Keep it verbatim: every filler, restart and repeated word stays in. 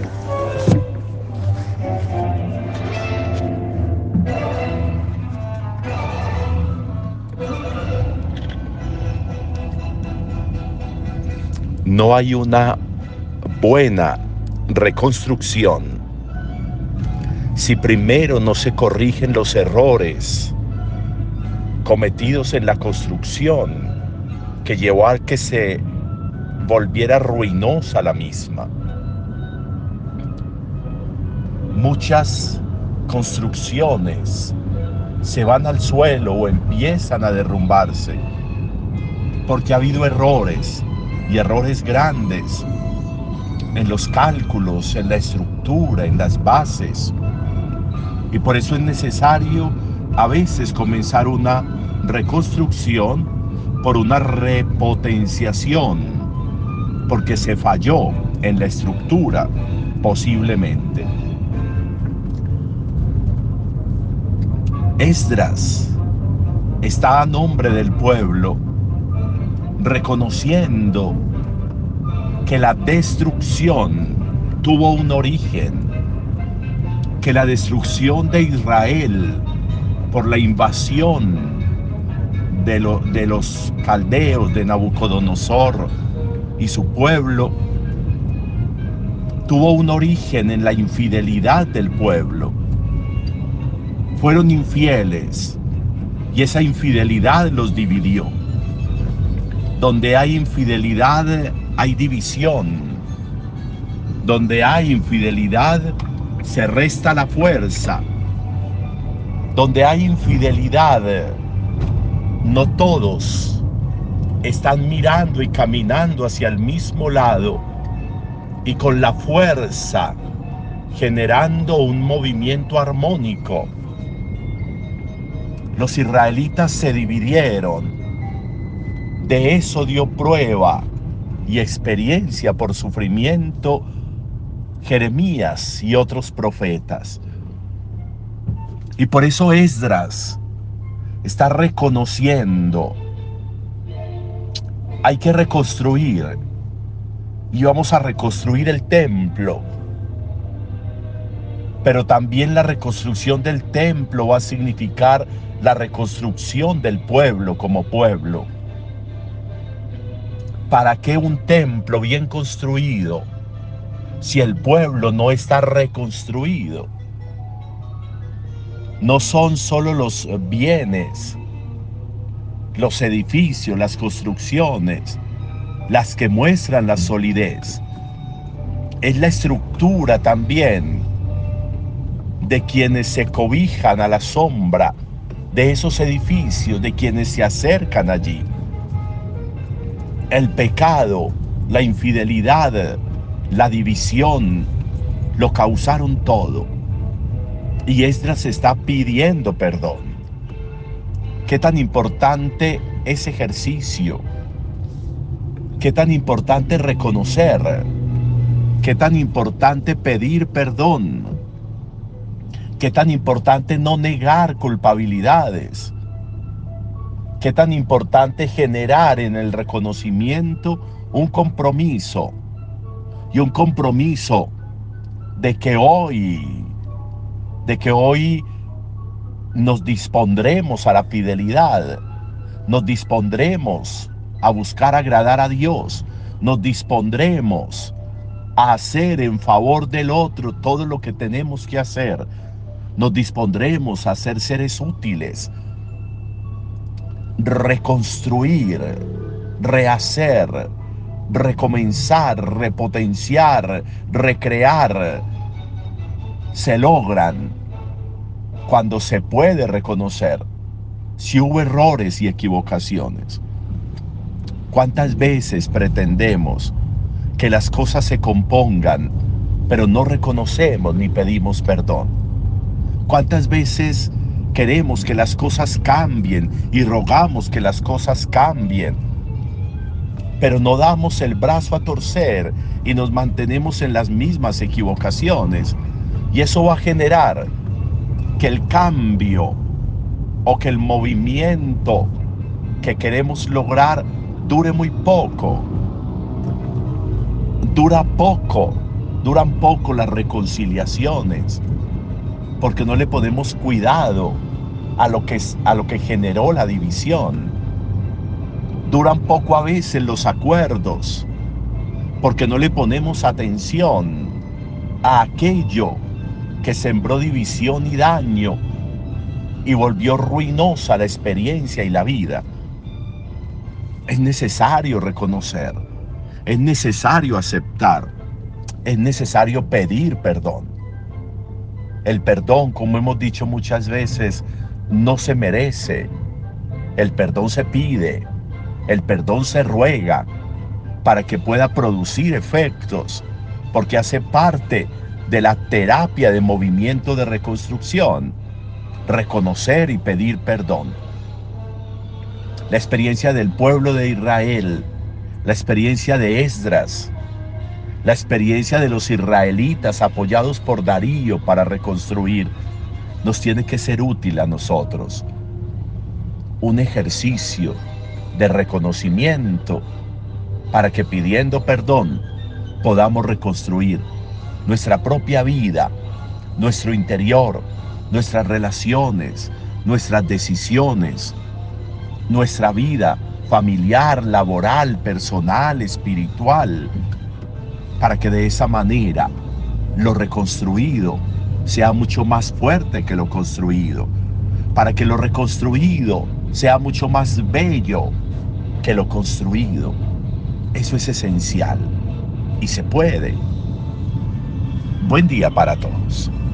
No hay una buena reconstrucción si primero no se corrigen los errores cometidos en la construcción que llevó a que se volviera ruinosa la misma. Muchas construcciones se van al suelo o empiezan a derrumbarse porque ha habido errores, y errores grandes en los cálculos, en la estructura, en las bases. Y por eso es necesario a veces comenzar una reconstrucción por una repotenciación, porque se falló en la estructura posiblemente. Esdras está a nombre del pueblo, reconociendo que la destrucción tuvo un origen, que la destrucción de Israel por la invasión de, lo, de los caldeos de Nabucodonosor y su pueblo tuvo un origen en la infidelidad del pueblo. Fueron infieles y esa infidelidad los dividió. Donde hay infidelidad, hay división. Donde hay infidelidad, se resta la fuerza. Donde hay infidelidad, no todos están mirando y caminando hacia el mismo lado y con la fuerza generando un movimiento armónico. Los israelitas se dividieron. De eso dio prueba y experiencia por sufrimiento Jeremías y otros profetas. Y por eso Esdras está reconociendo, hay que reconstruir, y vamos a reconstruir el templo. Pero también la reconstrucción del templo va a significar la reconstrucción del pueblo como pueblo. ¿Para qué un templo bien construido si el pueblo no está reconstruido? No son solo los bienes, los edificios, las construcciones, las que muestran la solidez. Es la estructura también de quienes se cobijan a la sombra de esos edificios, de quienes se acercan allí. El pecado, la infidelidad, la división, lo causaron todo. Y Esdras está pidiendo perdón. Qué tan importante ese ejercicio. Qué tan importante reconocer. Qué tan importante pedir perdón. Qué tan importante no negar culpabilidades. Qué tan importante generar en el reconocimiento un compromiso. Y un compromiso de que hoy, de que hoy nos dispondremos a la fidelidad. Nos dispondremos a buscar agradar a Dios. Nos dispondremos a hacer en favor del otro todo lo que tenemos que hacer. Nos dispondremos a ser seres útiles, reconstruir, rehacer, recomenzar, repotenciar, recrear. Se logran cuando se puede reconocer si hubo errores y equivocaciones. ¿Cuántas veces pretendemos que las cosas se compongan, pero no reconocemos ni pedimos perdón? ¿Cuántas veces queremos que las cosas cambien y rogamos que las cosas cambien, pero no damos el brazo a torcer y nos mantenemos en las mismas equivocaciones? Y eso va a generar que el cambio o que el movimiento que queremos lograr dure muy poco. Dura poco Duran poco las reconciliaciones, porque no le ponemos cuidado a lo que, a lo que generó la división. Duran poco a veces los acuerdos, porque no le ponemos atención a aquello que sembró división y daño y volvió ruinosa la experiencia y la vida. Es necesario reconocer, es necesario aceptar, es necesario pedir perdón. El perdón, como hemos dicho muchas veces, no se merece. El perdón se pide, el perdón se ruega para que pueda producir efectos, porque hace parte de la terapia de movimiento de reconstrucción, reconocer y pedir perdón. La experiencia del pueblo de Israel, la experiencia de Esdras, la experiencia de los israelitas apoyados por Darío para reconstruir, nos tiene que ser útil a nosotros. Un ejercicio de reconocimiento para que pidiendo perdón podamos reconstruir nuestra propia vida, nuestro interior, nuestras relaciones, nuestras decisiones, nuestra vida familiar, laboral, personal, espiritual, para que de esa manera lo reconstruido sea mucho más fuerte que lo construido, para que lo reconstruido sea mucho más bello que lo construido. Eso es esencial y se puede. Buen día para todos.